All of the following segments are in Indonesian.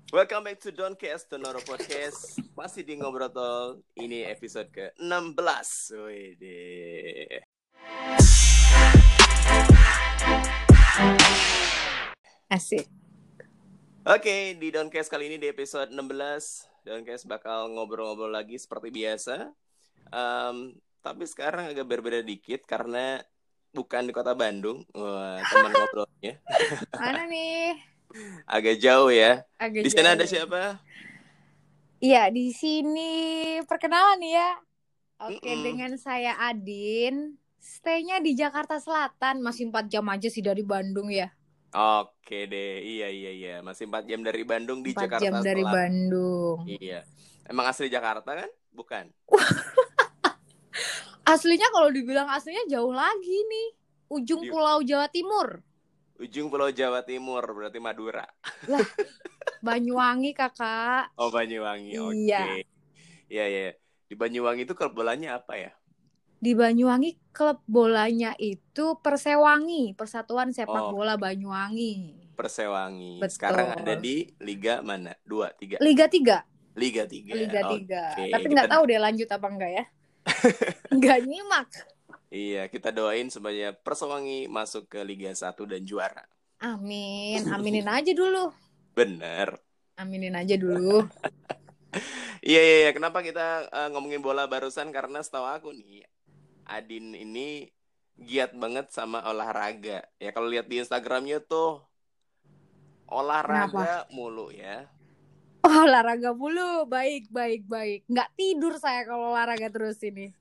Welcome back to Doncast, Donoro Podcast. Masih di Ngobrol Tol. Ini episode ke-16. Wede. Asik. Oke, di Doncast kali ini di episode 16, Doncast bakal ngobrol-ngobrol lagi seperti biasa. Tapi sekarang agak berbeda dikit karena bukan di kota Bandung. Wah, teman ngobrolnya. Mana nih? Agak jauh ya. Agak Di sana jauh. ada siapa? Iya, di sini perkenalan nih ya. Oke, Mm-mm. dengan saya Adin. Stay-nya di Jakarta Selatan. Masih 4 jam aja sih dari Bandung ya. Oke deh, iya. Masih 4 jam dari Bandung di 4 jam Jakarta dari Selatan. Bandung. Iya. Emang asli Jakarta kan? Bukan. Aslinya kalau dibilang aslinya jauh lagi nih. Ujung Pulau Jawa Timur. Ujung Pulau Jawa Timur, berarti Madura. Lah, Banyuwangi kakak. Oh, Banyuwangi. Iya. Oke. Iya. Di Banyuwangi itu klub bolanya apa ya? Di Banyuwangi klub bolanya itu Persewangi, Persatuan Sepak Oh, Bola Banyuwangi. Persewangi. Sekarang ada Betul. di Liga mana? 2, 3? Liga 3. Liga 3. Liga 3. Oke. Tapi nggak tahu deh lanjut apa enggak ya. Nggak nyimak. Iya, kita doain supaya Persewangi masuk ke Liga 1 dan juara. Amin. Aminin aja dulu. Bener. Aminin aja dulu. Iya. Kenapa kita ngomongin bola barusan? Karena setahu aku nih, Adin ini giat banget sama olahraga. Ya kalau lihat di Instagramnya tuh olahraga mulu ya. Olahraga mulu. Baik. Nggak tidur saya kalau olahraga terus ini.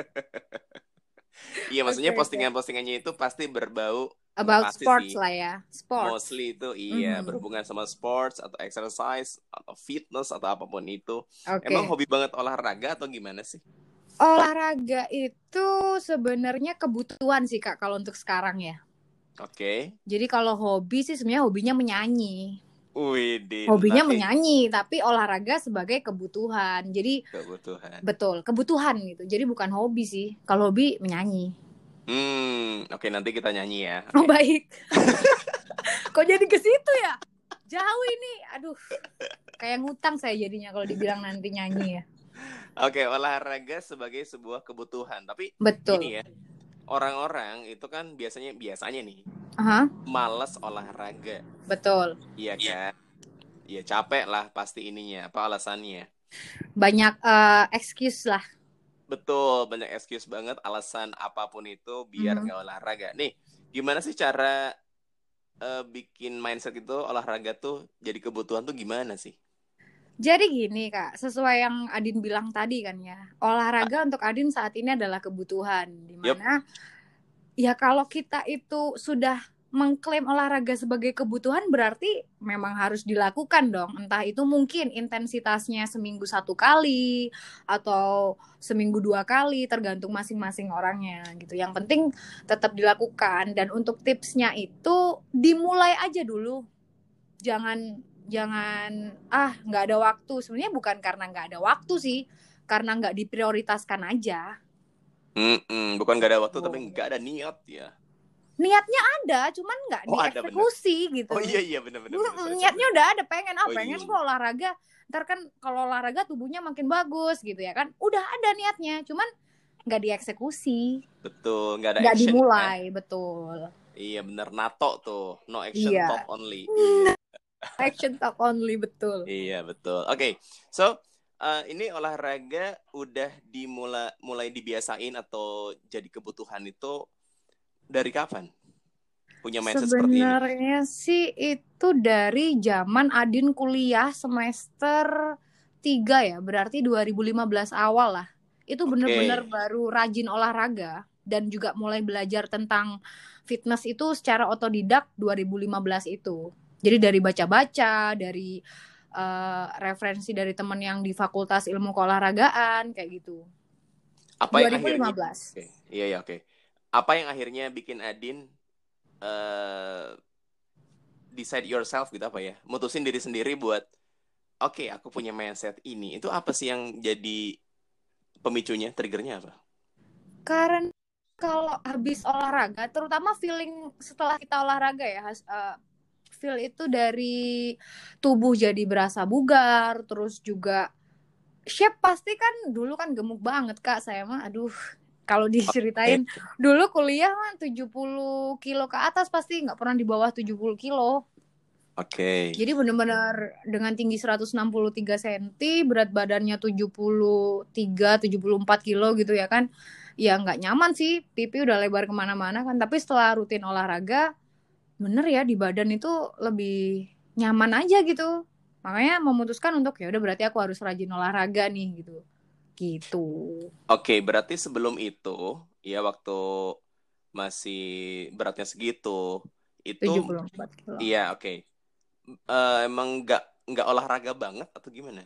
Iya, maksudnya Okay. postingannya itu pasti berbau About pasti sports sih. lah ya. Sports. Mostly itu berhubungan sama sports atau exercise atau fitness atau apapun itu. Okay. Emang hobi banget olahraga atau gimana sih? Olahraga itu sebenarnya kebutuhan sih Kak kalau untuk sekarang ya. Oke. Jadi kalau hobi sih sebenarnya hobinya menyanyi. Widih, Hobinya nice. menyanyi, tapi olahraga sebagai kebutuhan. Jadi Kebutuhan. betul, kebutuhan gitu. Jadi bukan hobi sih. Kalau hobi menyanyi. Oke, nanti kita nyanyi ya. Oh baik. Kok jadi ke situ ya? Jauh ini. Aduh. Kayak ngutang saya jadinya kalau dibilang nanti nyanyi ya. Oke, olahraga sebagai sebuah kebutuhan. Tapi Betul. gini ya, orang-orang itu kan biasanya nih malas olahraga. Betul. Iya kan? Iya, capek lah pasti ininya. Apa alasannya? Banyak excuse lah. Betul, banyak excuse banget, alasan apapun itu biar nggak olahraga. Nih, gimana sih cara bikin mindset itu olahraga tuh jadi kebutuhan tuh gimana sih? Jadi gini Kak, sesuai yang Adin bilang tadi kan ya, olahraga untuk Adin saat ini adalah kebutuhan. Dimana ya kalau kita itu sudah mengklaim olahraga sebagai kebutuhan berarti memang harus dilakukan dong. Entah itu mungkin intensitasnya seminggu 1 kali atau seminggu 2 kali, tergantung masing-masing orangnya gitu. Yang penting tetap dilakukan. Dan untuk tipsnya itu dimulai aja dulu. Jangan nggak ada waktu. Sebenarnya bukan karena nggak ada waktu sih, karena nggak diprioritaskan aja. Bukan nggak ada waktu, tapi nggak ada niat ya. Niatnya ada, cuman nggak dieksekusi gitu. Oh iya benar. Niatnya udah ada, pengen gue olahraga. Ntar kan kalau olahraga tubuhnya makin bagus gitu ya kan. Udah ada niatnya, cuman nggak dieksekusi. Betul, nggak ada nggak action. Dimulai, betul. Iya benar, NATO tuh, no action talk only. Action talk only, betul. Iya betul. Oke, so ini olahraga udah mulai dibiasain atau jadi kebutuhan itu dari kapan? Punya mindset seperti ini? Sebenarnya sih itu dari zaman Adin kuliah semester 3 ya, berarti 2015 awal lah. Itu bener-bener baru rajin olahraga dan juga mulai belajar tentang fitness itu secara otodidak 2015 itu. Jadi dari baca-baca, dari referensi dari teman yang di Fakultas Ilmu Keolahragaan kayak gitu. Apa 2015. Iya, oke. Apa yang akhirnya bikin Adin decide yourself gitu apa ya? Mutusin diri sendiri buat oke, aku punya mindset ini. Itu apa sih yang jadi pemicunya, triggernya apa? Karena kalau habis olahraga, terutama feeling setelah kita olahraga ya, feel itu dari tubuh jadi berasa bugar, terus juga shape pasti kan dulu kan gemuk banget Kak, saya mah aduh kalau diceritain dulu kuliah mah 70 kilo ke atas pasti nggak pernah di bawah 70 kilo. Oke. Jadi benar-benar dengan tinggi 163 cm, berat badannya 74 kilo gitu ya kan. Ya nggak nyaman sih, pipi udah lebar kemana-mana kan. Tapi setelah rutin olahraga, bener ya di badan itu lebih nyaman aja gitu. Makanya memutuskan untuk ya udah berarti aku harus rajin olahraga nih gitu. Gitu. Oke, berarti sebelum itu, ya waktu masih beratnya segitu, itu 74 kilo. iya oke. Emang nggak olahraga banget atau gimana?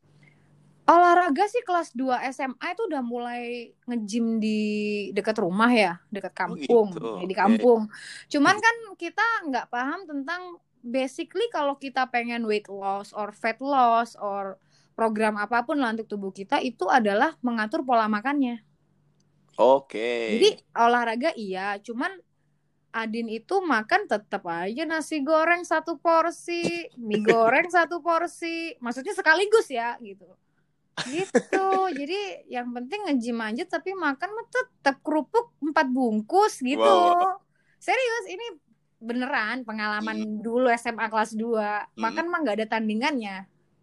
Olahraga sih kelas 2 SMA itu udah mulai nge-gym di dekat rumah ya, dekat Oh gitu, kampung, ya di oke. kampung. Cuman kan kita nggak paham tentang basically kalau kita pengen weight loss or fat loss or program apapun lah untuk tubuh kita itu adalah mengatur pola makannya. Oke. Jadi olahraga iya, cuman Adin itu makan tetap aja nasi goreng satu porsi, mie goreng satu porsi, maksudnya sekaligus ya gitu. Gitu. Jadi yang penting nge-gym aja tapi makan mah tetap kerupuk 4 bungkus gitu. Wow, wow. Serius, ini beneran Hmm, pengalaman dulu SMA kelas 2. mm-mm. Makan mah nggak ada tandingannya.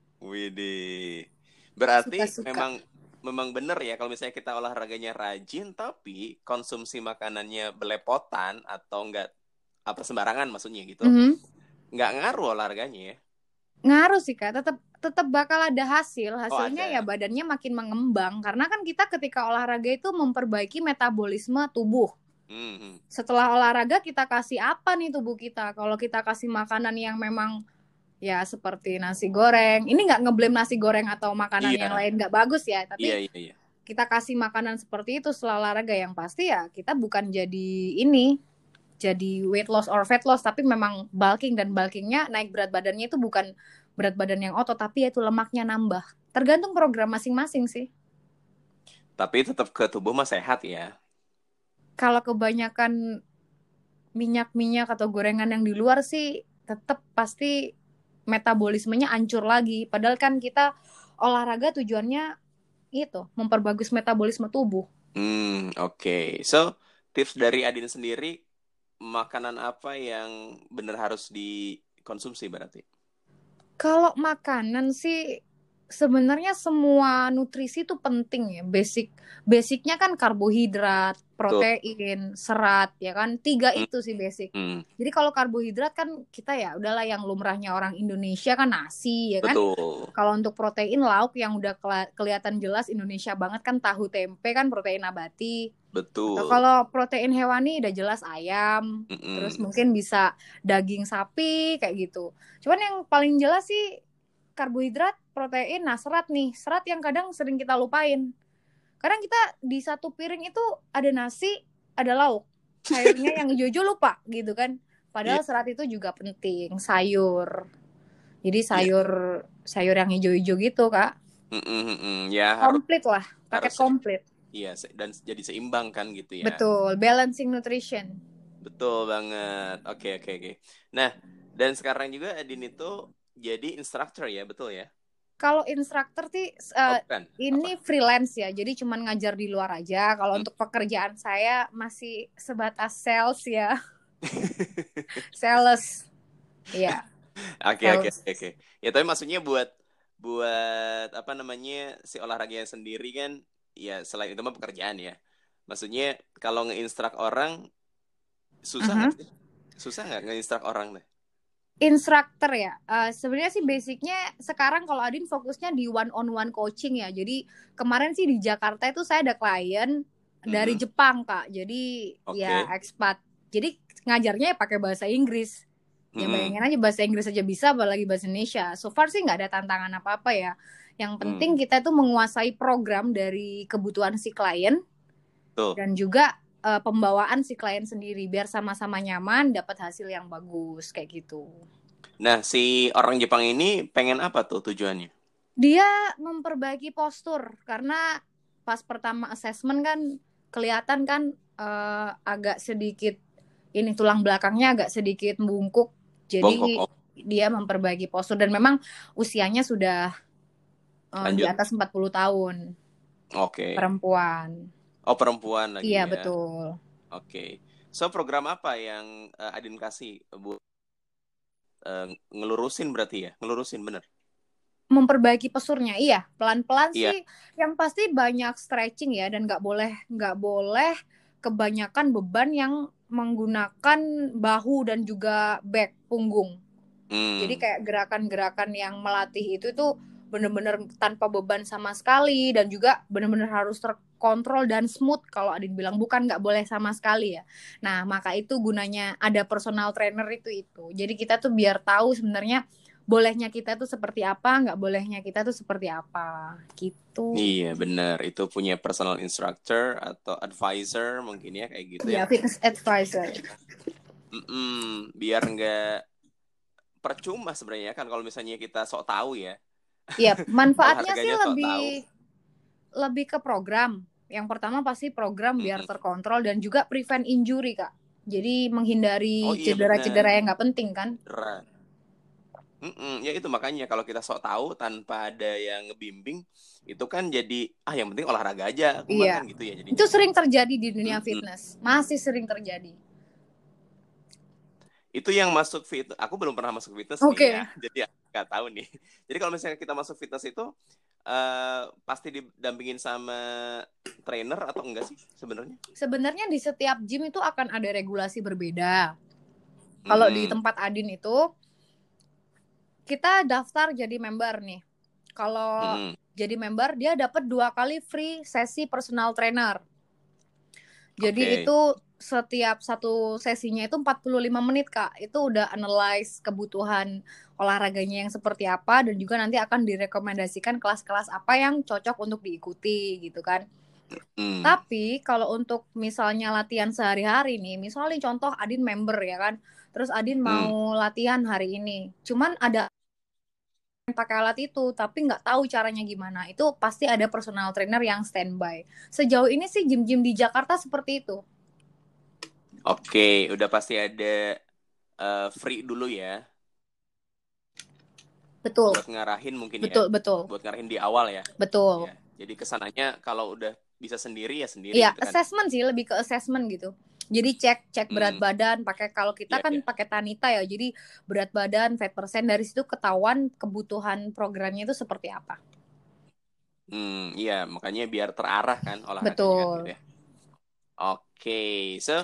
Widih. Berarti Suka-suka. memang memang bener ya kalau misalnya kita olahraganya rajin tapi konsumsi makanannya belepotan atau enggak apa sembarangan maksudnya gitu. Mhm. Nggak ngaruh olahraganya ya. Ngaruh sih Kak, tetap tetap bakal ada hasil. Oh Hasilnya ya ada. badannya makin mengembang karena kan kita ketika olahraga itu memperbaiki metabolisme tubuh. Hmm. Setelah olahraga kita kasih apa nih tubuh kita? Kalau kita kasih makanan yang memang ya seperti nasi goreng. Ini nggak ngeblame nasi goreng atau makanan yang Iya, lain nggak bagus ya, iya, tapi iya, iya. kita kasih makanan seperti itu setelah olahraga yang pasti ya kita bukan jadi ini, jadi weight loss or fat loss, tapi memang bulking dan bulkingnya naik berat badannya itu bukan berat badan yang otot, tapi itu lemaknya nambah. Tergantung program masing-masing sih. Tapi tetap ke tubuh mah sehat ya. Kalau kebanyakan minyak-minyak atau gorengan yang di luar sih tetap pasti metabolismenya hancur lagi. Padahal kan kita olahraga tujuannya itu memperbagus metabolisme tubuh. Oke. So, tips dari Adin sendiri, makanan apa yang benar harus dikonsumsi berarti? Kalau makanan sih sebenarnya semua nutrisi itu penting ya. Basicnya kan karbohidrat, Tuh. protein, serat ya kan. Tiga Hmm, itu sih basic. hmm, Jadi kalau karbohidrat kan kita ya udahlah yang lumrahnya orang Indonesia kan nasi ya kan. betul. Kalau untuk protein lauk yang udah kelihatan jelas Indonesia banget kan tahu tempe kan protein nabati. Atau Betul. kalau protein hewani udah jelas ayam, terus Mm-mm. mungkin bisa daging sapi kayak gitu. Cuman yang paling jelas sih karbohidrat, protein, nah serat nih. Serat yang kadang sering kita lupain. Kadang kita di satu piring itu ada nasi, ada lauk. Sayurnya yang hijau-hijau lupa gitu kan. Iya, Padahal serat itu juga penting, sayur. Jadi iya. sayur sayur yang hijau-hijau gitu, Kak. Mm-mm, mm-mm. Ya harus Komplit lah, paket harus komplit. iya dan jadi seimbang kan gitu ya. Betul, balancing nutrition. Betul banget. Oke, oke, oke. Nah, dan sekarang juga Adin itu jadi instructor ya, betul ya? Kalau instruktur sih Oh, bukan. Apa? ini freelance ya, jadi cuman ngajar di luar aja. Kalau Hmm. untuk pekerjaan saya masih sebatas sales ya, sales, ya, Oke, oke, sales. oke. Ya, tapi maksudnya buat buat apa namanya si olahraganya sendiri kan ya selain itu mah pekerjaan ya. Maksudnya kalau nge-instruct orang susah nggak Mhm. sih? Susah nggak nge-instruct orang deh? Instruktur ya, sebenarnya sih basicnya sekarang kalau Adin fokusnya di one on one coaching ya. Jadi kemarin sih di Jakarta itu saya ada klien dari Mm-mm. Jepang Kak, jadi ya Oke. expat. Jadi ngajarnya ya pakai bahasa Inggris. Ya Mm-mm. bayangin aja bahasa Inggris aja bisa, apalagi bahasa Indonesia. So far sih nggak ada tantangan apa-apa ya. Yang Mm. penting kita tuh menguasai program dari kebutuhan si klien Tuh. dan juga pembawaan si klien sendiri biar sama-sama nyaman, dapat hasil yang bagus kayak gitu. Nah, si orang Jepang ini pengen apa tuh tujuannya? Dia memperbaiki postur karena pas pertama assessment kan kelihatan kan agak sedikit ini tulang belakangnya agak sedikit bungkuk. Jadi dia memperbaiki postur dan memang usianya sudah di atas 40 tahun. Oke. Perempuan. Oh, perempuan lagi Iya, ya. betul. Oke. So, program apa yang Adin kasih buat ngelurusin berarti ya? Ngelurusin bener? Memperbaiki posturnya, iya. Pelan-pelan Iya. sih. Yang pasti banyak stretching ya, dan nggak boleh kebanyakan beban yang menggunakan bahu dan juga back, punggung. Jadi kayak gerakan-gerakan yang melatih itu tuh bener-bener tanpa beban sama sekali, dan juga bener-bener harus terkontrol dan smooth. Kalau Adin bilang bukan nggak boleh sama sekali ya. Nah, maka itu gunanya ada personal trainer itu. Jadi kita tuh biar tahu sebenarnya bolehnya kita tuh seperti apa, nggak bolehnya kita tuh seperti apa gitu. Iya, bener. Itu punya personal instructor atau advisor mungkin ya, kayak gitu Ya, ya. fitness advisor. Biar nggak percuma sebenarnya kan kalau misalnya kita sok tahu ya. Iya, manfaatnya sih Olahraganya sok tahu. lebih ke program. Yang pertama pasti program biar terkontrol dan juga prevent injury, Kak. Jadi menghindari cedera-cedera yang nggak penting kan. Ya itu makanya kalau kita sok tahu tanpa ada yang ngebimbing, itu kan jadi yang penting olahraga aja aku mah kan gitu ya jadinya. Itu sering terjadi di dunia fitness. Masih sering terjadi. Itu yang masuk fitness, aku belum pernah masuk fitness nih ya. Jadi nggak tahu nih. Jadi kalau misalnya kita masuk fitness itu pasti didampingin sama trainer atau enggak sih sebenarnya? Sebenarnya di setiap gym itu akan ada regulasi berbeda. Kalau di tempat Adin itu kita daftar jadi member nih. Kalau jadi member dia dapat 2 kali free sesi personal trainer. Jadi itu setiap satu sesinya itu 45 menit, Kak. Itu udah analyze kebutuhan olahraganya yang seperti apa, dan juga nanti akan direkomendasikan kelas-kelas apa yang cocok untuk diikuti gitu kan. Tapi kalau untuk misalnya latihan sehari-hari nih, misalnya contoh Adin member ya kan, terus Adin mau latihan hari ini, cuman ada pakai alat itu tapi nggak tahu caranya gimana, itu pasti ada personal trainer yang standby. Sejauh ini sih gym-gym di Jakarta seperti itu. Oke, udah pasti ada free dulu ya. Betul. Buat ngarahin mungkin betul, ya. Betul. Buat ngarahin di awal ya. Betul. Ya. Jadi kesananya kalau udah bisa sendiri ya sendiri. Iya, gitu kan. assessment sih, lebih ke assessment gitu. Jadi cek berat badan, pakai, kalau kita kan pakai Tanita ya. Jadi berat badan, fat percent, dari situ ketahuan kebutuhan programnya itu seperti apa. Iya, makanya biar terarah kan olahraganya. Betul. Kan, gitu ya. Oke, so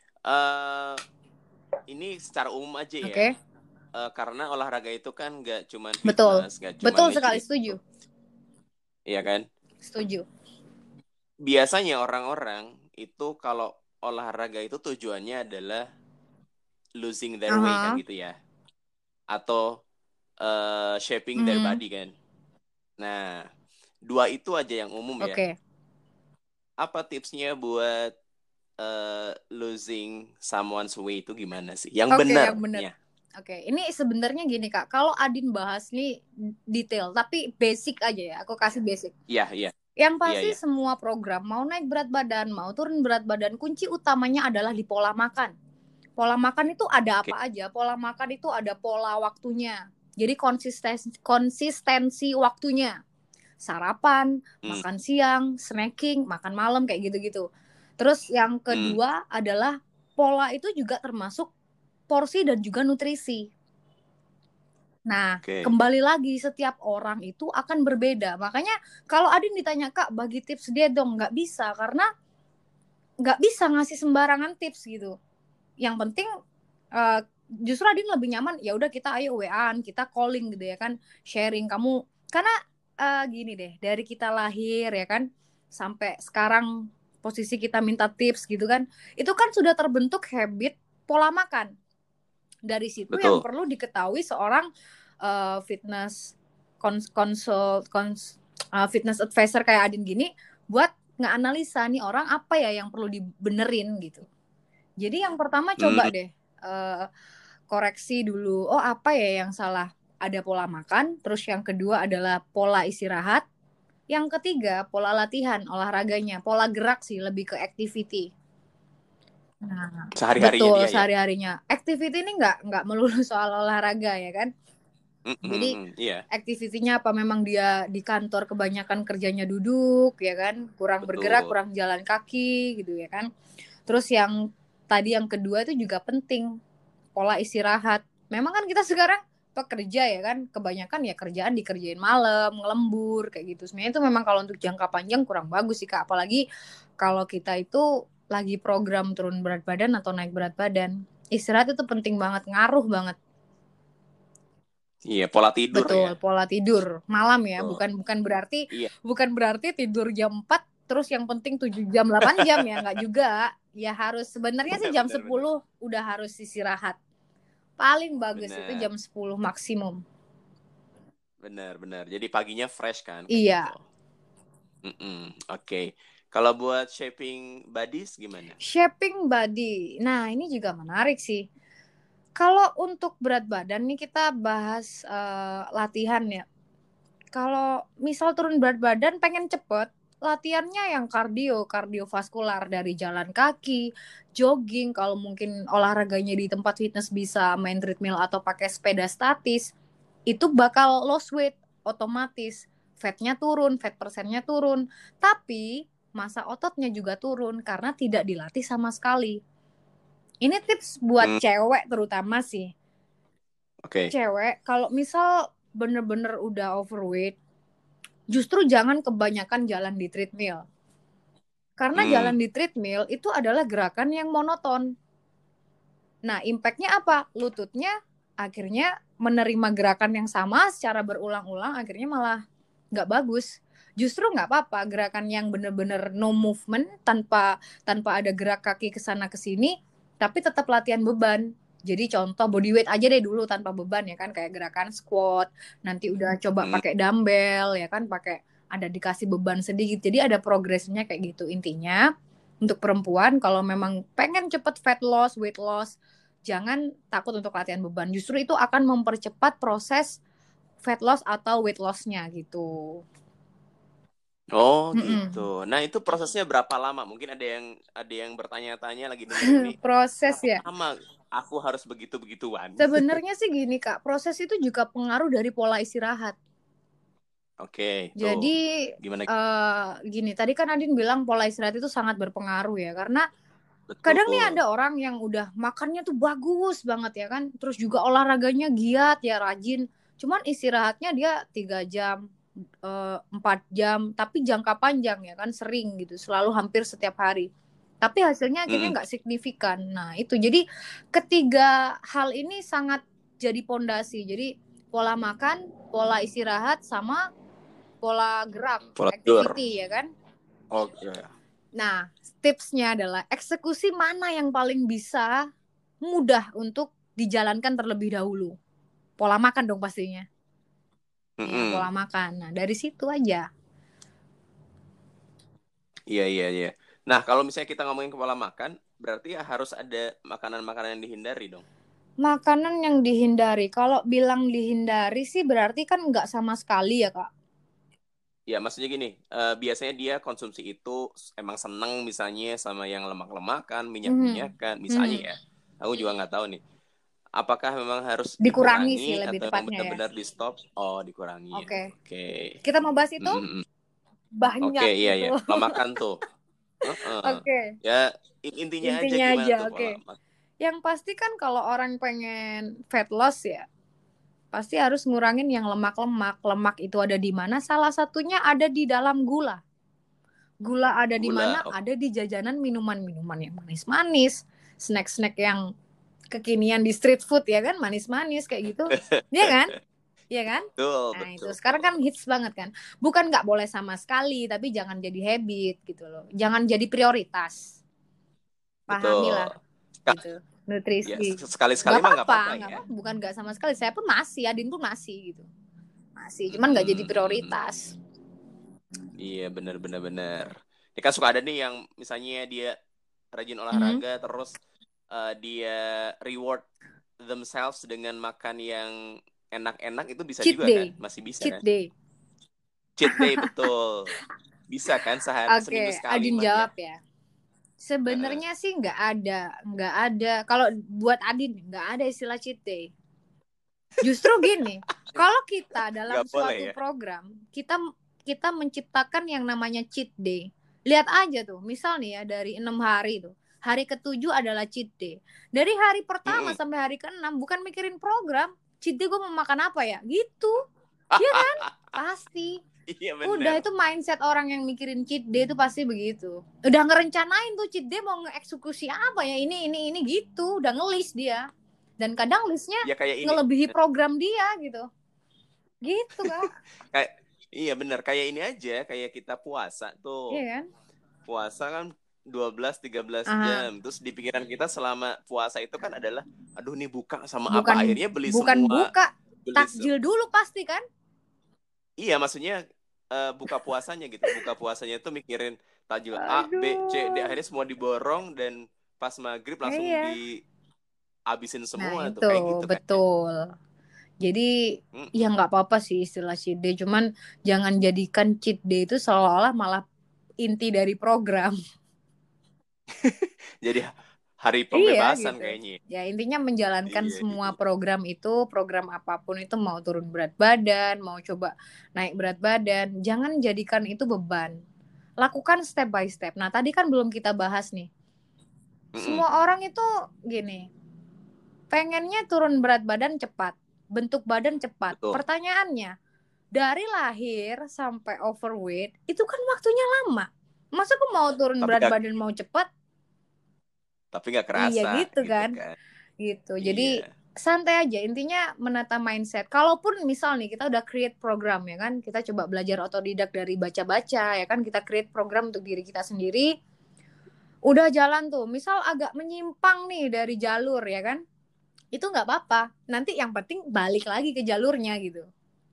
ini secara umum aja ya. Karena olahraga itu kan nggak cuma fitness, nggak cuma betul sekali, setuju. Iya kan? Setuju. Biasanya orang-orang itu kalau olahraga itu tujuannya adalah losing their weight kan gitu ya, atau shaping their body kan. Nah, 2 itu aja yang umum ya. Apa tipsnya buat losing someone's weight itu gimana sih? Yang benar. Oke, ini sebenarnya gini Kak, kalau Adin bahas nih detail, tapi basic aja ya, aku kasih basic. Iya. Yang pasti semua program, mau naik berat badan, mau turun berat badan, kunci utamanya adalah di pola makan. Pola makan itu ada apa aja? Pola makan itu ada pola waktunya. Jadi konsistensi waktunya. Sarapan, makan siang, snacking, makan malam, kayak gitu-gitu. Terus yang kedua adalah pola itu juga termasuk porsi dan juga nutrisi. Nah, kembali lagi setiap orang itu akan berbeda. Makanya kalau Adin ditanya, Kak, bagi tips dia dong, nggak bisa, karena nggak bisa ngasih sembarangan tips gitu. Yang penting justru Adin lebih nyaman, ya udah kita ayo WA-an, kita calling gitu ya kan, sharing kamu. Karena gini deh, dari kita lahir ya kan sampai sekarang posisi kita minta tips gitu kan, itu kan sudah terbentuk habit pola makan. Dari situ yang perlu diketahui seorang fitness fitness advisor kayak Adin gini, buat ngeanalisa nih orang apa ya yang perlu dibenerin gitu. Jadi yang pertama coba deh koreksi dulu, oh apa ya yang salah, ada pola makan. Terus yang kedua adalah pola istirahat. Yang ketiga pola latihan olahraganya, pola gerak sih, lebih ke activity. Nah, Sehari-harinya betul dia ya. sehari-harinya. Activity ini nggak melulu soal olahraga ya kan. Jadi Iya, activity-nya apa, memang dia di kantor kebanyakan kerjanya duduk ya kan, kurang bergerak, betul. kurang jalan kaki gitu ya kan. Terus yang tadi yang kedua itu juga penting, pola istirahat. Memang kan kita sekarang pekerja ya kan, kebanyakan ya kerjaan dikerjain malam, ngelembur kayak gitu. Sebenarnya itu memang kalau untuk jangka panjang kurang bagus sih Kak, apalagi kalau kita itu lagi program turun berat badan atau naik berat badan. Istirahat itu penting banget, ngaruh banget. Iya, pola tidur ya. Betul, pola tidur malam ya, Betul. Iya, bukan berarti tidur jam 4 terus yang penting 7 jam 8 jam ya, nggak juga. Ya harus sebenarnya sih jam benar benar. 10 udah harus istirahat. Paling bagus itu Benar. jam 10 maksimum. Benar benar. Jadi paginya fresh kan kayak gitu. Iya, Oke. Kalau buat shaping bodies gimana? shaping body. Nah, ini juga menarik sih. Kalau untuk berat badan nih kita bahas latihan ya. Kalau misal turun berat badan pengen cepet, latihannya yang kardiovaskular dari jalan kaki, jogging, kalau mungkin olahraganya di tempat fitness bisa main treadmill atau pakai sepeda statis, itu bakal lost weight otomatis. Fatnya turun, fat persennya turun, tapi masa ototnya juga turun karena tidak dilatih sama sekali. Ini tips buat Hmm, cewek terutama sih. oke. Cewek kalau misal bener-bener udah overweight, justru jangan kebanyakan jalan di treadmill. Karena Hmm. jalan di treadmill itu adalah gerakan yang monoton. Nah, impactnya apa? Lututnya akhirnya menerima gerakan yang sama secara berulang-ulang, akhirnya malah nggak bagus. Justru nggak apa-apa gerakan yang bener-bener no movement, tanpa tanpa ada gerak kaki ke sana ke sini, tapi tetap latihan beban. Jadi contoh body weight aja deh dulu tanpa beban ya kan, kayak gerakan squat, nanti udah coba Hmm. pakai dumbbell ya kan, pakai ada dikasih beban sedikit. Jadi ada progresnya kayak gitu. Intinya untuk perempuan kalau memang pengen cepet fat loss, weight loss, jangan takut untuk latihan beban. Justru itu akan mempercepat proses fat loss atau weight loss-nya gitu. Oh gitu. Mm-mm. Nah itu prosesnya berapa lama? Mungkin ada yang bertanya-tanya lagi dengerin ini. Proses Berapa ya. lama aku harus begitu-begituan? Sebenarnya sih gini Kak, proses itu juga pengaruh dari pola istirahat. Oke, tuh. Jadi Gimana? gini, tadi kan Adin bilang pola istirahat itu sangat berpengaruh ya, karena kadang nih Betul. ada orang yang udah makannya tuh bagus banget ya kan, terus juga olahraganya giat ya, rajin, cuman istirahatnya dia 3 jam, 4 jam, tapi jangka panjang ya kan, sering gitu, selalu hampir setiap hari. Tapi hasilnya akhirnya Mm-mm. nggak signifikan. Nah itu, jadi ketiga hal ini sangat jadi pondasi. Jadi pola makan, pola istirahat, sama pola gerak, Pola tidur. activity ya kan. Oke. Nah, tipsnya adalah eksekusi mana yang paling bisa mudah untuk dijalankan terlebih dahulu. Pola makan dong pastinya. Ya, pola Mm-mm. makan. Nah, dari situ aja. Iya, iya, iya. Nah, kalau misalnya kita ngomongin pola makan, berarti ya harus ada makanan-makanan yang dihindari dong. Makanan yang dihindari. Kalau bilang dihindari sih berarti kan nggak sama sekali ya, Kak. Ya, maksudnya gini, biasanya dia konsumsi itu emang seneng misalnya sama yang lemak-lemakan, Mhm. minyak-minyakan, misalnya Mhm. ya. Aku juga nggak tahu nih. Apakah memang harus Dikurangi dikurangi sih lebih atau memang tepatnya ya. benar-benar di stop? Oh, dikurangi ya. Oke. Oke. Kita mau bahas itu? Mm-mm. Oke, Banyak iya, itu. iya. Pola makan tuh. Heeh. Oke. Ya, intinya aja Intinya gimana aja, tuh pola oke. makan. Yang pasti kan kalau orang pengen fat loss ya, pasti harus ngurangin yang lemak-lemak. Lemak itu ada di mana? Salah satunya ada di dalam gula. Gula ada di Gula. mana? Ada di jajanan minuman-minuman yang manis-manis, snack-snack yang kekinian di street food ya kan, manis-manis kayak gitu. Iya kan? Iya kan? Betul, Nah, itu betul. sekarang kan hits banget kan. Bukan nggak boleh sama sekali, tapi jangan jadi habit gitu loh. Jangan jadi prioritas. Betul. Pahamilah Ka- gitu. Ya, Nutrisi. sekali-sekali Nggak mah nggak apa-apa, apa-apa nggak ya. apa-apa. Bukan nggak sama sekali. Saya pun masih, Adin pun masih gitu. Masih, cuman nggak jadi Mm-mm. prioritas. Iya, benar-benar benar. Ini kan suka ada nih yang misalnya dia rajin Mhm. olahraga terus dia reward themselves dengan makan yang enak-enak itu bisa Cheat juga kan? day. Masih bisa Cheat kan? day. Cheat day betul. Bisa kan seminggu Oke, sekali Adin mah ya? jawab ya. Sebenarnya sih nggak ada. Kalau buat Adin nggak ada istilah cheat day. Justru gini, kalau kita dalam Nggak boleh suatu ya. program, kita menciptakan yang namanya cheat day. Lihat aja tuh, misal nih ya dari 6 hari tuh, hari ketujuh adalah cheat day. Dari hari pertama Mm-mm. sampai hari keenam bukan mikirin program, cheat day gue mau makan apa ya, gitu. Iya kan? Pasti. Iya Udah bener. itu mindset orang yang mikirin cheat day itu pasti begitu. Udah ngerencanain tuh cheat day mau ngeeksekusi apa ya, ini gitu, udah ngelis dia. Dan kadang listnya Ya kayak ini. ngelebihi program dia gitu. Gitu, Kak. Kayak iya bener, kayak ini aja, kayak kita puasa Iya tuh. kan? Puasa kan 12-13 Aha. jam. Terus di pikiran kita selama puasa itu kan adalah aduh nih buka sama apa, Bukan akhirnya beli bukan semua. buka, Beli takjil dulu pasti kan? Iya, maksudnya buka puasanya gitu. Buka puasanya itu mikirin tajil A, B, C, D, Aduh. akhirnya semua diborong dan pas maghrib langsung Iya. dihabisin Nah, semua tuh. itu Kayak gitu kan ya. betul. Jadi ya Mm-mm. nggak apa-apa sih istilah cheat day, cuman jangan jadikan cheat day itu seolah-olah malah inti dari program. Jadi hari Iya pembebasan gitu. kayaknya. Ya intinya menjalankan Iya, semua iya. program itu, program apapun itu mau turun berat badan, mau coba naik berat badan, jangan jadikan itu beban. Lakukan step by step. Nah, tadi kan belum kita bahas nih. Mm-mm. Semua orang itu gini, pengennya turun berat badan cepat, bentuk badan cepat. Betul. Pertanyaannya, dari lahir sampai overweight itu kan waktunya lama. Masa aku mau turun Tapi berat gak, badan mau cepat? tapi gak Iya kerasa gitu gitu kan. kan. Gitu. Jadi Iya. santai aja. Intinya menata mindset. Kalaupun misal nih kita udah create program ya kan, kita coba belajar otodidak dari baca-baca ya kan, kita create program untuk diri kita sendiri. Udah jalan tuh. Misal agak menyimpang nih dari jalur ya kan. Itu nggak apa-apa. Nanti yang penting balik lagi ke jalurnya gitu.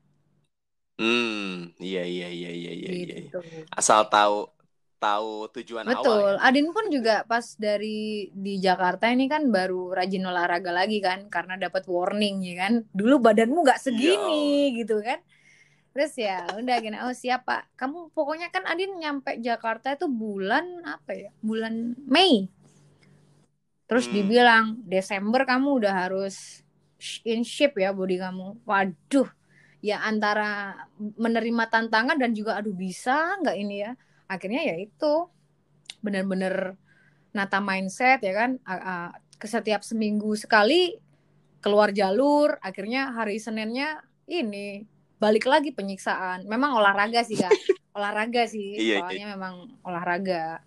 Iya, iya, iya, iya, iya, iya. Gitu. Asal tahu tahu tujuan awal Betul. ya. Adin pun juga pas dari di Jakarta ini kan baru rajin olahraga lagi kan karena dapat warning ya kan. Dulu badanmu nggak Iya, Allah. segini gitu kan. Terus ya udah gini, oh siapa? Kamu pokoknya kan Adin nyampe Jakarta itu bulan apa ya? Bulan Mei. Terus Hmm. dibilang Desember kamu udah harus in shape ya body kamu. Waduh, ya antara menerima tantangan dan juga aduh bisa nggak ini ya. Akhirnya ya itu bener-bener nata mindset ya kan. Ke setiap seminggu sekali keluar jalur, akhirnya hari Seninnya ini balik lagi penyiksaan. Memang olahraga sih kak, olahraga sih, Iya, iya. soalnya memang olahraga.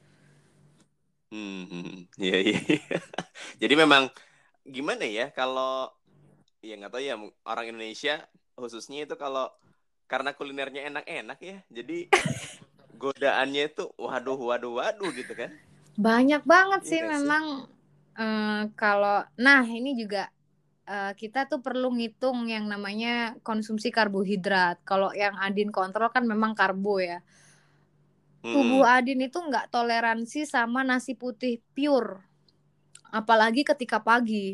Iya, iya, iya. Jadi memang gimana ya kalau ya nggak tahu ya orang Indonesia khususnya itu kalau karena kulinernya enak-enak ya, jadi godaannya itu waduh, waduh, waduh gitu kan? Banyak banget Iya sih nggak sih? memang. Kalau, nah ini juga kita tuh perlu ngitung yang namanya konsumsi karbohidrat. Kalau yang Adin kontrol kan memang karbo ya. Tubuh Mm-mm. Adin itu nggak toleransi sama nasi putih pure, apalagi ketika pagi.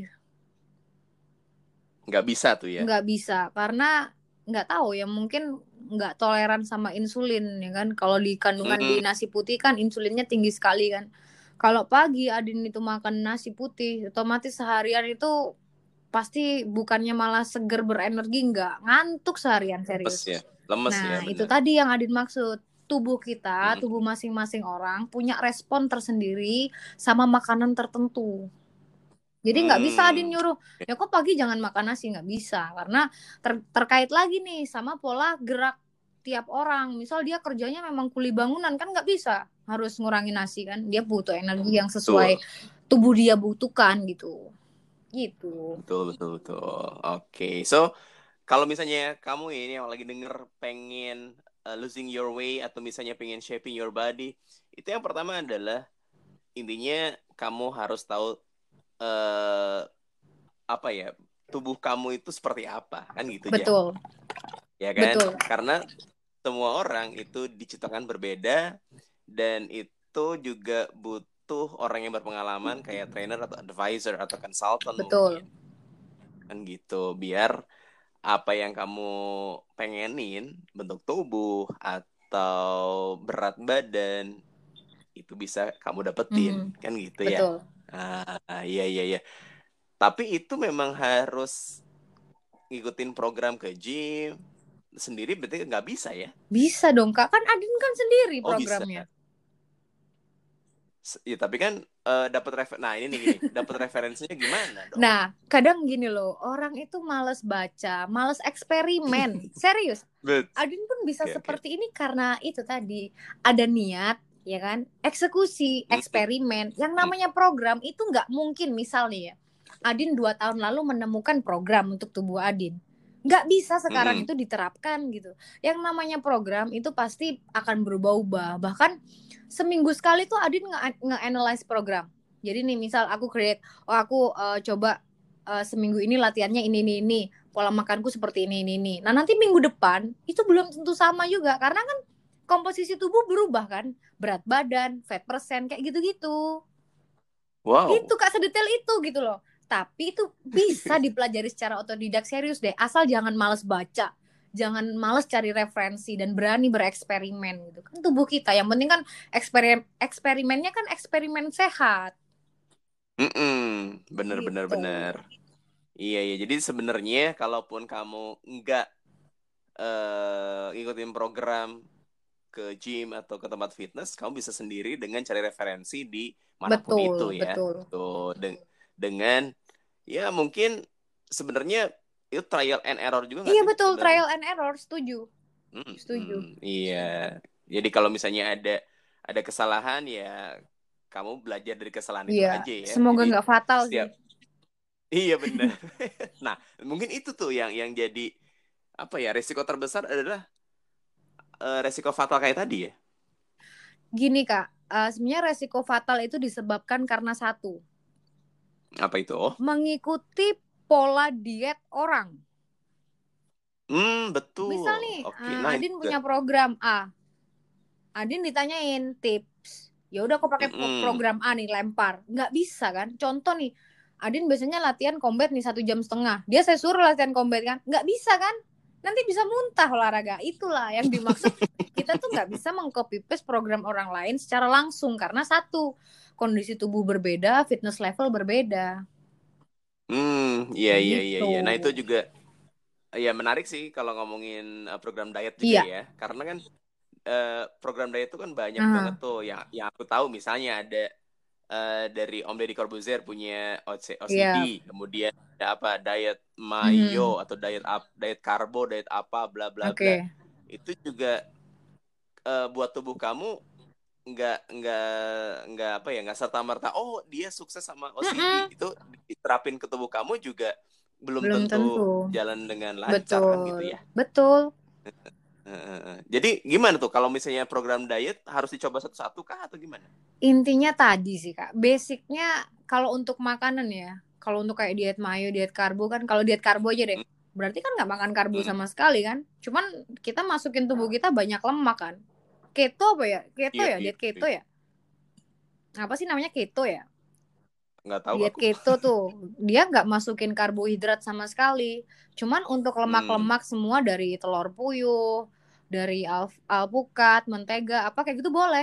Nggak bisa tuh ya. Nggak bisa karena nggak tahu ya, mungkin nggak toleran sama insulin ya kan. Kalau di kandungan di Mm-mm. nasi putih kan insulinnya tinggi sekali kan. Kalau pagi Adin itu makan nasi putih otomatis seharian itu pasti bukannya malah seger berenergi, nggak ngantuk seharian Lemes serius. ya, lemes ya Nah itu benar. tadi yang Adin maksud, tubuh kita, tubuh Mm-mm. masing-masing orang punya respon tersendiri sama makanan tertentu. Jadi nggak bisa Adin Hmm. nyuruh, ya kok pagi jangan makan nasi, nggak bisa. Karena terkait lagi nih sama pola gerak tiap orang. Misal dia kerjanya memang kuli bangunan, kan nggak bisa harus ngurangin nasi kan. Dia butuh energi yang sesuai Betul, tubuh dia butuhkan gitu. Gitu. betul, betul, betul. Oke, so kalau misalnya kamu ini yang lagi denger pengen losing your way atau misalnya pengen shaping your body, itu yang pertama adalah intinya kamu harus tahu eh, apa ya tubuh kamu itu seperti apa kan gitu aja Betul. ya kan Betul. karena semua orang itu diciptakan berbeda dan itu juga butuh orang yang berpengalaman kayak trainer atau advisor atau consultant Betul. mungkin kan gitu biar apa yang kamu pengenin bentuk tubuh atau berat badan itu bisa kamu dapetin, kan gitu ya. Betul. Iya. Tapi itu memang harus ngikutin program ke gym sendiri, berarti nggak bisa ya? Bisa dong Kak, kan Adin kan sendiri Oh bisa. programnya. Ya tapi kan nah ini nih gini, dapat referensinya gimana dong? Nah, kadang gini loh, orang itu males baca, males eksperimen. Serius, Adin pun bisa Oke. seperti ini karena itu tadi, ada niat, ya kan? Eksekusi, Mm, mm, eksperimen. Yang mm, namanya program itu nggak mungkin, misalnya ya, Adin 2 tahun lalu menemukan program untuk tubuh Adin. Nggak bisa sekarang mm, itu diterapkan gitu. Yang namanya program itu pasti akan berubah-ubah. Bahkan seminggu sekali tuh Adin nge-analyze program. Jadi nih misal aku create, oh aku coba seminggu ini latihannya ini, pola makanku seperti ini. Nah nanti minggu depan itu belum tentu sama juga, karena kan komposisi tubuh berubah kan, berat badan, fat percent, kayak gitu-gitu. Wow. Itu Kak, sedetail itu gitu loh. Tapi itu bisa dipelajari secara otodidak, serius deh, asal jangan males baca, jangan males cari referensi, dan berani bereksperimen gitu kan. Tubuh kita yang penting kan eksperimennya kan eksperimen sehat gitu. Bener. Iya. Jadi sebenarnya kalaupun kamu nggak ngikutin program ke gym atau ke tempat fitness, kamu bisa sendiri dengan cari referensi di manapun itu Betul, ya. betul. Tuh, dengan ya mungkin sebenarnya itu trial and error juga nggak Iya sih betul, sebenarnya? trial and error, setuju. Setuju. Iya. Jadi kalau misalnya ada kesalahan ya kamu belajar dari kesalahan itu Iya, aja ya. semoga Jadi nggak fatal sih. setiap iya benar. Nah, mungkin itu tuh yang jadi apa ya, resiko terbesar adalah resiko fatal kayak tadi ya. Gini Kak, sebenarnya resiko fatal itu disebabkan karena satu, Apa itu? Oh, mengikuti pola diet orang. Misal betul. nih, Oke. Nah, ini Adin juga. punya program A, Adin ditanyain tips, ya udah aku pakai Mm-mm. program A nih, lempar, nggak bisa kan? Contoh nih, Adin biasanya latihan combat nih 1,5 jam, dia saya suruh latihan combat kan, nggak bisa kan? Nanti bisa muntah olahraga. Itulah yang dimaksud, kita tuh nggak bisa mengcopy paste program orang lain secara langsung, karena satu, kondisi tubuh berbeda, fitness level berbeda Iya. gitu. Nah, itu juga ya menarik sih kalau ngomongin program diet juga Iya. ya. Karena kan program diet itu kan banyak banget Nah, tuh yang aku tahu, misalnya ada dari Om Deddy Corbuzier punya OCD, iya. kemudian ada apa, diet mayo Mhm. atau diet karbo, diet apa bla bla bla. Oke. Itu juga buat tubuh kamu nggak nggak apa ya, nggak serta merta oh dia sukses sama OCD Mm-mm. itu diterapin ke tubuh kamu juga belum Belum tentu tentu. jalan dengan lancar kan gitu Betul. ya. Betul. Jadi gimana tuh kalau misalnya program diet harus dicoba satu-satu kah atau gimana? Intinya tadi sih Kak, basicnya kalau untuk makanan ya, kalau untuk kayak diet mayo, diet karbo kan, kalau diet karbo aja deh, Hmm, berarti kan nggak makan karbo hmm. sama sekali kan, cuman kita masukin tubuh kita banyak lemak kan. Keto apa ya? Keto Iya, ya, iya, diet keto iya. ya, apa sih namanya, keto ya? Nggak tahu Diet aku. keto tuh dia nggak masukin karbohidrat sama sekali, cuman untuk Hmm. lemak-lemak semua dari telur puyuh, dari alpukat, mentega, apa kayak gitu boleh.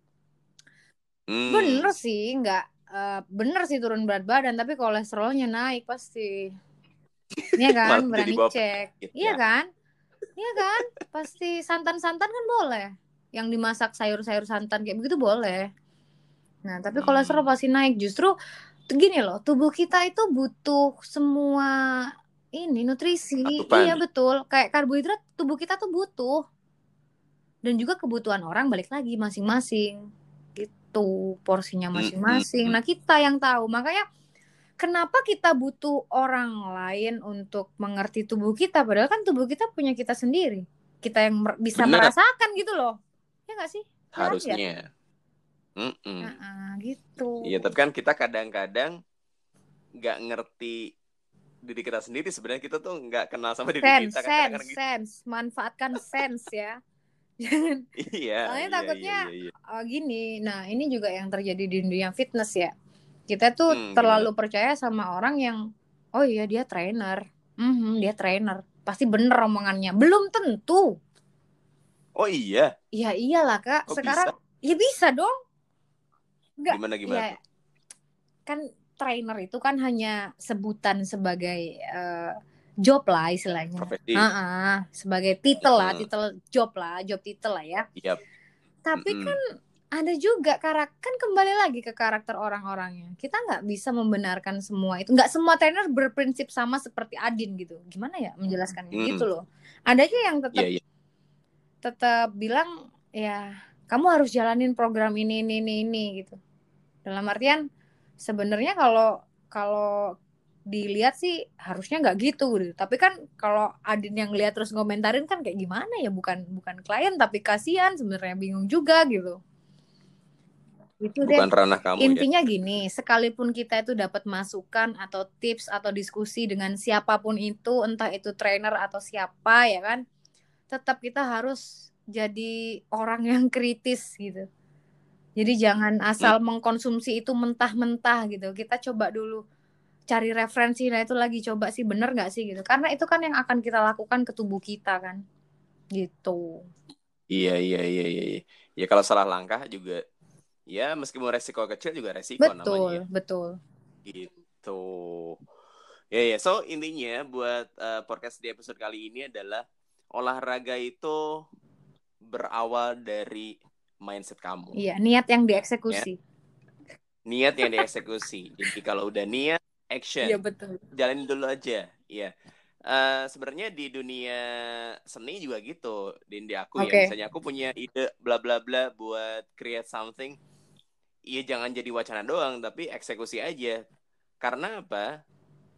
Bener Hmm. sih, nggak bener sih turun berat badan, tapi kolesterolnya naik pasti. Iya kan, Malah jadi berani bawa cek. penyakit Iya ya. kan? Iya kan? Pasti santan-santan kan boleh. Yang dimasak sayur-sayur santan kayak begitu boleh. Nah, tapi kolesterol Hmm. pasti naik. Justru gini loh, tubuh kita itu butuh semua ini nutrisi. Iya Asupan. betul. Kayak karbohidrat tubuh kita tuh butuh. Dan juga kebutuhan orang balik lagi masing-masing. Gitu, porsinya Hmm, masing-masing. Nah, kita yang tahu. Makanya kenapa kita butuh orang lain untuk mengerti tubuh kita, padahal kan tubuh kita punya kita sendiri. Kita yang bisa Benar, merasakan gitu loh. Ya nggak sih? Ya kan ya? harusnya. Hmm. Gitu. Iya, tapi kan kita kadang-kadang nggak ngerti diri kita sendiri. Sebenarnya kita tuh nggak kenal sama diri Sense, kita kan, sense, kadang-kadang gitu. sense. Manfaatkan sense ya. Jangan. Iya, Soalnya iya, iya, takutnya iya, iya. gini. Nah, ini juga yang terjadi di dunia fitness ya. Kita tuh Gimana? terlalu percaya sama orang yang, oh iya dia trainer. Dia trainer. Pasti bener omongannya. Belum tentu. Oh iya, Ya iyalah Kak, kok sekarang bisa? ya bisa dong. Enggak, Gimana ya tuh? kan trainer itu kan hanya sebutan sebagai job lah istilahnya. Profesi. Sebagai titel lah, Mm-mm. titel job lah, job titel lah ya. Yap. Tapi Mm-mm. kan ada juga kan kembali lagi ke karakter orang-orangnya. Kita nggak bisa membenarkan semua itu. Nggak semua trainer berprinsip sama seperti Adin gitu. Gimana ya menjelaskannya gitu Mm-mm. loh. Ada aja yang Iya, tetap iya. tetap bilang ya kamu harus jalanin program ini gitu. Dalam artian sebenarnya kalau kalau dilihat sih harusnya nggak gitu. Tapi kan kalau Adin yang lihat terus ngomentarin kan kayak gimana ya, bukan bukan klien tapi kasihan sebenarnya, bingung juga gitu. Itu deh. Bukan ranah kamu ya. Intinya gini, sekalipun kita itu dapat masukan atau tips atau diskusi dengan siapapun itu, entah itu trainer atau siapa ya kan, tetap kita harus jadi orang yang kritis gitu. Jadi jangan Hmm. asal mengkonsumsi itu mentah-mentah gitu. Kita coba dulu cari referensi, nah itu lagi coba sih bener nggak sih gitu. Karena itu kan yang akan kita lakukan ke tubuh kita kan, gitu. Iya, iya, iya, iya, iya. Ya kalau salah langkah juga, ya meskipun resiko kecil juga resiko namanya ya. Betul, betul. Gitu. Ya, ya. So intinya buat podcast di episode kali ini adalah olahraga itu berawal dari mindset kamu, Iya, niat yang ya. dieksekusi. Niat yang dieksekusi. Jadi kalau udah niat, Iya action. betul. Jalanin dulu aja. Ya. Sebenarnya di dunia seni juga gitu, di aku ya. Oke. Misalnya aku punya ide bla bla bla buat create something, iya jangan jadi wacana doang, tapi eksekusi aja. Karena apa?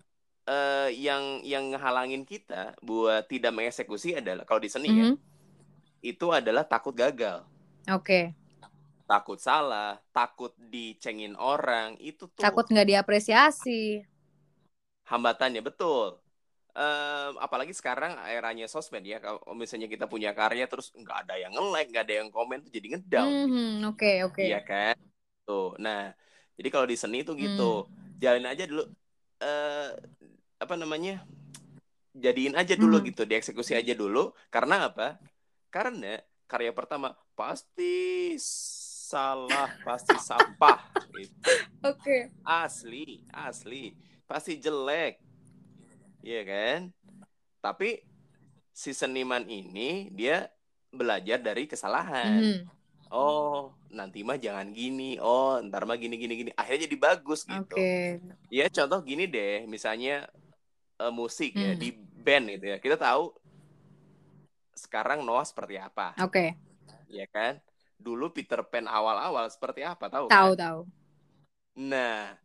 Yang ngehalangin kita buat tidak mengeksekusi adalah kalau di seni ya, Mhm. itu adalah takut gagal, Oke. takut salah, takut dicengin orang, itu tuh Takut nggak diapresiasi. hambatannya betul. Apalagi sekarang eranya sosmed ya, kalau misalnya kita punya karya terus nggak ada yang nge-like, nggak ada yang komen tuh jadi ngedown gitu, Mhm, oke, oke. iya kan? Tuh, nah jadi kalau di seni tuh Hmm. gitu, jalin aja dulu, eh apa namanya, jadiin aja dulu Mhm. gitu, dieksekusi aja dulu. Karena apa? Karena karya pertama pasti salah, pasti sampah gitu. Oke. Asli, asli. Pasti jelek, iya kan? Tapi si seniman ini dia belajar dari kesalahan. Mhm. Oh, nanti mah jangan gini. Oh, ntar mah gini gini gini. Akhirnya jadi bagus gitu. Oke. Ya contoh gini deh, misalnya musik ya Hmm. di band gitu ya. Kita tahu sekarang Noah seperti apa, Oke. ya kan? Dulu Peter Pan awal-awal seperti apa, tahu Tahu, kan? tahu. Nah,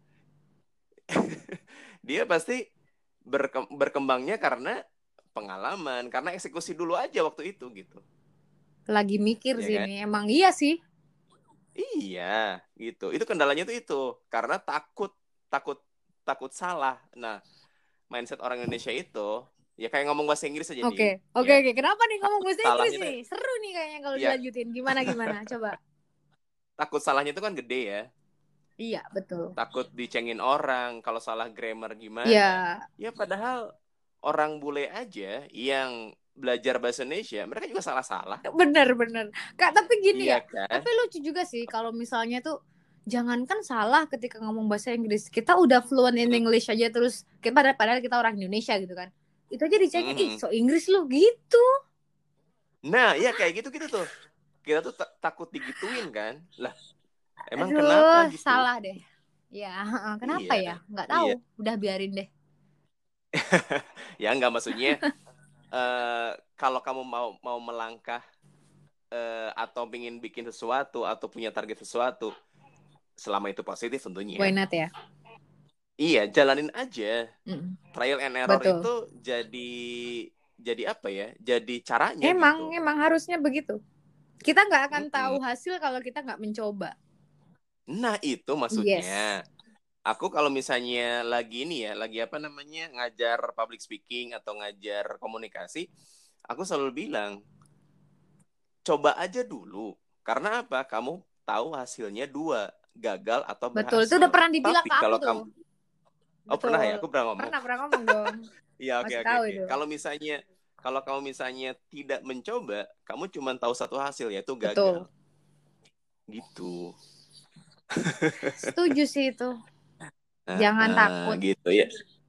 dia pasti berkembangnya karena pengalaman, karena eksekusi dulu aja waktu itu gitu, Lagi mikir ya sih kan? ini. Emang iya sih. Iya, gitu. Itu kendalanya tuh itu, karena takut, takut, takut salah. Nah, mindset orang Indonesia itu, ya kayak ngomong bahasa Inggris aja, Oke. Din, Oke, ya. oke. Kenapa nih ngomong Takut bahasa Inggris salahnya tuh, nih? Seru nih kayaknya kalau ya, dilanjutin. Gimana, gimana? Coba. takut salahnya itu kan gede ya. Iya, betul. Takut dicengin orang kalau salah grammar gimana. Ya, Ya padahal orang bule aja yang belajar bahasa Indonesia, mereka juga salah-salah. benar-benar. Kak, tapi gini Iya ya. kan? Tapi lucu juga sih kalau misalnya tuh jangankan salah ketika ngomong bahasa Inggris. Kita udah fluent in Mm, English aja terus padahal kita orang Indonesia gitu kan. Itu aja mm, dicengin, mm, ih, mm. so Inggris lu gitu. Nah, ya kayak gitu-gitu tuh. Kita tuh takut digituin kan. Lah, emang kenapa Aduh, gitu? salah deh. Ya, kenapa Iya, ya? Nggak tahu. iya. Udah biarin deh. Ya nggak, maksudnya kalau kamu mau mau melangkah atau ingin bikin sesuatu atau punya target sesuatu, selama itu positif Why tentunya. not ya? Iya, jalanin aja. Mm, Trial and error betul. itu jadi apa ya? Jadi caranya Emang, gitu. emang harusnya begitu. Kita nggak akan tahu Mm-mm. hasil kalau kita nggak mencoba. Nah, itu Yes. maksudnya. Aku kalau misalnya lagi ini ya, lagi apa namanya, ngajar public speaking atau ngajar komunikasi, aku selalu bilang, coba aja dulu. Karena apa? Kamu tahu hasilnya dua, gagal atau Betul. Itu udah berhasil. pernah dibilang Tapi ke aku kalau tuh. kamu, oh pernah ya, Betul. aku pernah ngomong. Pernah ngomong dong. Iya, oke, Masih oke, tahu oke. itu. Kalau kamu misalnya tidak mencoba, kamu cuma tahu satu hasil, yaitu gagal. Betul. Gitu. Setuju sih itu. Jangan takut. Gitu ya.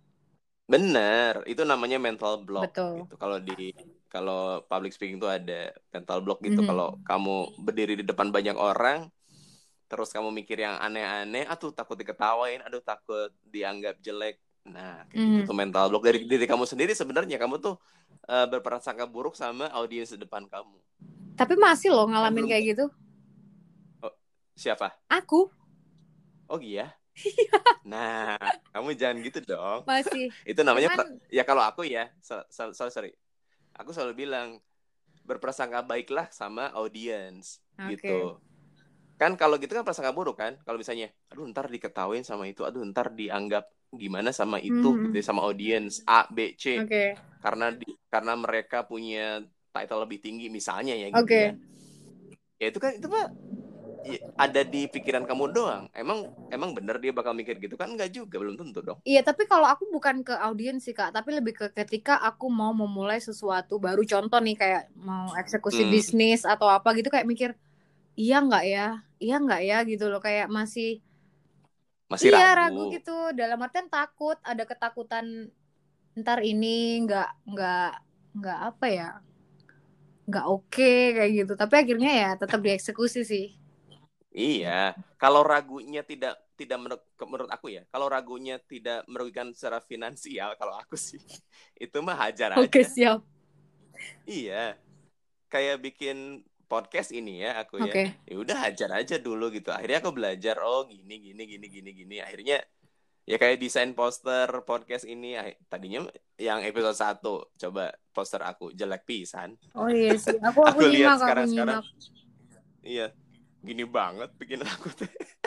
Bener, itu namanya mental block Betul. gitu. Kalau public speaking itu ada mental block gitu. Mhm. Kalau kamu berdiri di depan banyak orang, terus kamu mikir yang aneh-aneh, aduh takut diketawain, aduh takut dianggap jelek. Nah, kayak gitu tuh mental block dari diri kamu sendiri. Sebenarnya kamu tuh berprasangka buruk sama audiens di depan kamu. Tapi masih loh Kan ngalamin belum. kayak gitu. Oh, siapa? Aku Oh iya. Nah, kamu jangan gitu dong. masih. Itu namanya Cuman ya kalau aku ya, sorry. Aku selalu bilang berprasangka baiklah sama audiens oke. gitu. Kan kalau gitu kan prasangka buruk kan. Kalau misalnya, aduh ntar diketawain sama itu, aduh ntar dianggap gimana sama itu gitu ya, Mhm. sama audiens A, B, C. Oke. Karena mereka punya title lebih tinggi misalnya ya gitu ya. Oke. Ya itu kan itu mah ada di pikiran kamu doang. Emang bener dia bakal mikir gitu kan? Enggak juga, belum tentu dong. Iya, tapi kalau aku bukan ke audiens sih, Kak, tapi lebih ke ketika aku mau memulai sesuatu baru, contoh nih kayak mau eksekusi Hmm, bisnis atau apa gitu, kayak mikir, iya nggak ya? Iya nggak ya? Gitu loh, kayak masih, masih iya ragu ragu. gitu. Dalam artian takut, ada ketakutan ntar ini nggak apa ya? Nggak oke kayak gitu. Tapi akhirnya ya tetap dieksekusi sih. Iya, kalau ragunya tidak menurut aku ya, kalau ragunya tidak merugikan secara finansial, kalau aku sih itu mah hajar Oke, aja. siap. Iya, kayak bikin podcast ini ya aku ya. Oke. Ya udah hajar aja dulu gitu. Akhirnya aku belajar oh gini gini gini gini gini. Akhirnya ya kayak desain poster podcast ini tadinya yang episode 1 coba poster aku jelek pisan. Oh iya sih. Aku Aku lihat nyimak, aku sekarang-sekarang nyimak. iya gini banget bikin aku tuh.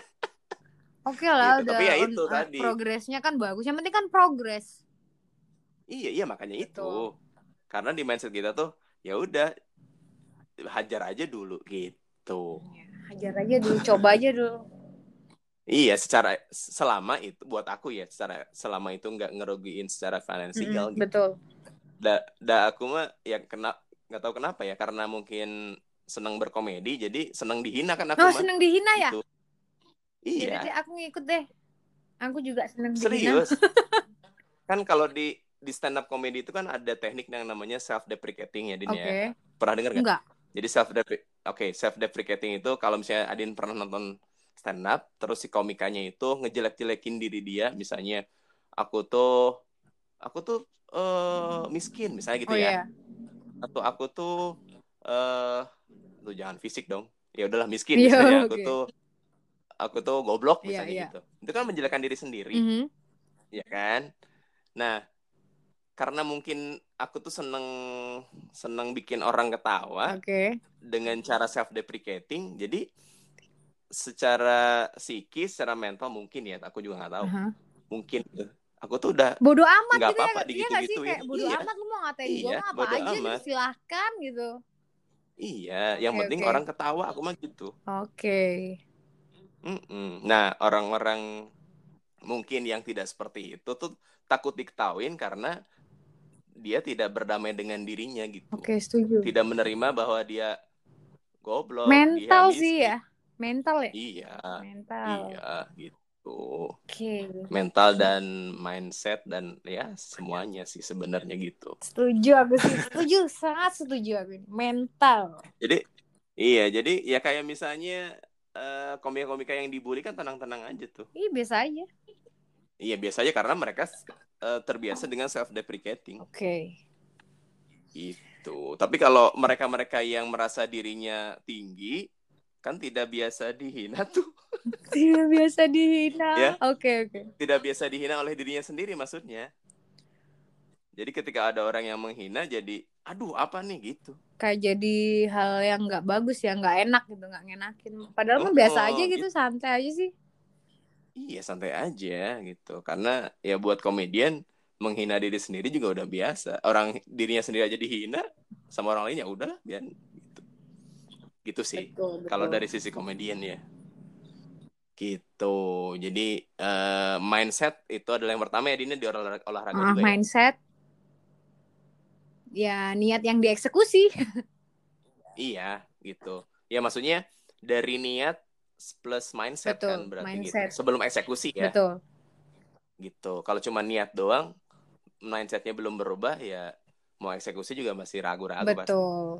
Oke lah, Gitu. udah Tapi ya itu tadi. progresnya kan bagus. Yang penting kan progres. Iya, iya makanya itu. Betul. Karena di mindset kita tuh ya udah hajar aja dulu gitu. Hajar aja dulu, coba aja dulu. Iya, selama itu buat aku ya, selama itu nggak ngerugiin secara finansial gitu. Betul. Aku mah ya nggak tahu kenapa ya, karena mungkin senang berkomedi, jadi senang dihina kan aku Oh, mah seneng dihina ya? gitu. Yaudah deh, Iya, aku ngikut deh. Aku juga seneng dihina. serius. Kan kalau di stand up comedy itu kan ada teknik yang namanya self deprecating ya Din ya. Oke. Pernah dengar nggak? Enggak. Jadi self deprecating itu kalau misalnya Adin pernah nonton stand up, terus si komikanya itu ngejelek-jelekin diri dia, misalnya aku tuh miskin misalnya Oh gitu ya, iya. atau aku tuh eh tuh jangan fisik dong, ya udahlah miskin Iya, misalnya, oke. aku tuh goblok Iya, misalnya iya. gitu, itu kan menjelekan diri sendiri Mhm. ya kan. Nah, karena mungkin aku tuh seneng seneng bikin orang ketawa Oke. dengan cara self deprecating, jadi secara psikis, secara mental mungkin ya, aku juga nggak tahu. Aha. Mungkin tuh, aku tuh udah Bodoh amat nggak gitu ya, apa-apa iya gak sih? digitu-gituin. Kayak bodoh Iya, amat, lu mau ngatain gue iya, mah apa bodo aja gitu, amat. silahkan gitu. Iya, yang Oke, penting oke. orang ketawa, aku mah gitu. Oke. Nah, orang-orang mungkin yang tidak seperti itu tuh takut diketawain karena dia tidak berdamai dengan dirinya gitu. Oke, setuju. Tidak menerima bahwa dia goblok, dia Mental sih miskin. ya. Mental ya? Iya, Mental. iya gitu. Oke. Mental dan mindset dan ya semuanya sih sebenarnya gitu. Setuju aku sih. Setuju, sangat setuju aku ini. Mental. Jadi iya, jadi ya kayak misalnya komika-komika yang dibully kan tenang-tenang aja tuh. Ih, biasa aja. Iya, biasanya karena mereka terbiasa dengan self deprecating Oke. itu. Tapi kalau mereka-mereka yang merasa dirinya tinggi kan tidak biasa dihina tuh. Tidak biasa dihina. Ya, Oke, oke. tidak biasa dihina oleh dirinya sendiri maksudnya. Jadi ketika ada orang yang menghina jadi aduh apa nih gitu. Kayak jadi hal yang nggak bagus ya, nggak enak gitu, nggak ngenakin. Padahal mah Oh, biasa aja oh gitu, gitu. santai aja sih. Iya santai aja gitu. Karena ya buat komedian menghina diri sendiri juga udah biasa. Orang dirinya sendiri aja dihina sama orang lain ya udahlah biar gitu. Gitu sih. Betul, Kalau betul. dari sisi komedian ya. Gitu. Jadi mindset itu adalah yang pertama ya, Dina, di olahraga juga ya. Mindset. Ya, niat yang dieksekusi. Iya, gitu. Ya maksudnya dari niat plus mindset. Betul, kan berarti mindset. gitu. Sebelum eksekusi ya. Betul. Gitu. Kalau cuma niat doang, mindsetnya belum berubah ya mau eksekusi juga masih ragu-ragu pasti. Betul.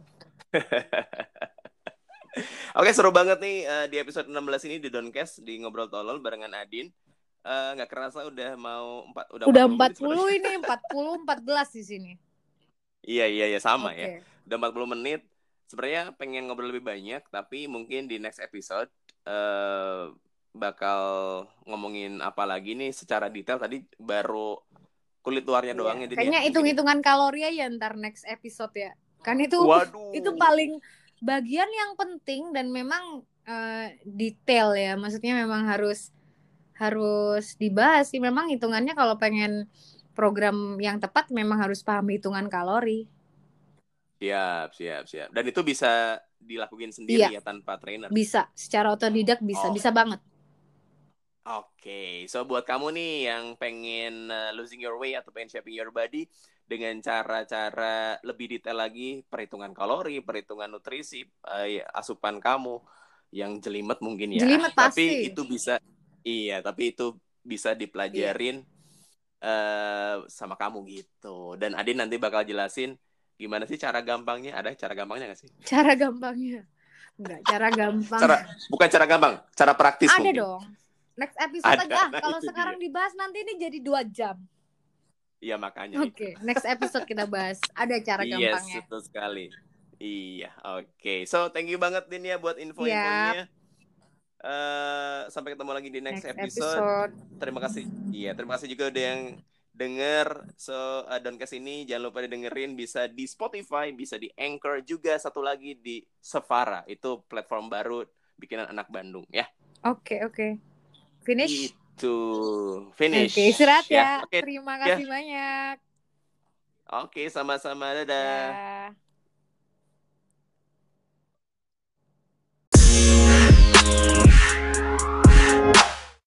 Oke, seru banget nih di episode 16 ini di Doncast di Ngobrol Tolol barengan Adin. Nggak kerasa udah mau Udah 40 menit 40 ini, 40 14 di sini. Iya sama Oke. ya. Udah 40 menit. Sebenarnya pengen ngobrol lebih banyak, tapi mungkin di next episode bakal ngomongin apa lagi nih secara detail. Tadi baru kulit luarnya doang ya, Din ya. Kayaknya Mungkin hitung-hitungan kalori aja ntar next episode ya. Kan itu Waduh. itu paling bagian yang penting dan memang detail ya. Maksudnya memang harus dibahas sih. Memang hitungannya kalau pengen program yang tepat memang harus paham hitungan kalori. Siap. Dan itu bisa dilakuin sendiri Iya. ya tanpa trainer. Bisa, secara otodidak bisa, bisa banget. Oke, so buat kamu nih yang pengen losing your weight atau pengen shaping your body dengan cara-cara lebih detail lagi, perhitungan kalori, perhitungan nutrisi, asupan kamu yang jelimet mungkin ya. Jelimet pasti. Tapi itu bisa dipelajarin sama kamu gitu. Dan Adin nanti bakal jelasin gimana sih cara gampangnya. Ada cara gampangnya nggak sih? Cara gampangnya? Enggak, cara gampang. Bukan cara gampang, cara praktis ada mungkin. Dong. Next episode aja. Kalau sekarang dibahas nanti ini jadi 2 jam. Iya makanya. Oke, next episode kita bahas. Ada cara gampangnya. Yes, betul sekali. Iya, oke. So, thank you banget Din ya buat info-infonya. Sampai ketemu lagi di next episode. Terima kasih. Iya, terima kasih juga udah yang denger. So, Doncast ini jangan lupa didengerin, bisa di Spotify, bisa di Anchor juga, satu lagi di Sevara. Itu platform baru bikinan anak Bandung ya. Oke. Finish. Finish. Oke, istirahat ya. Terima kasih banyak. Oke, sama-sama. Dadah.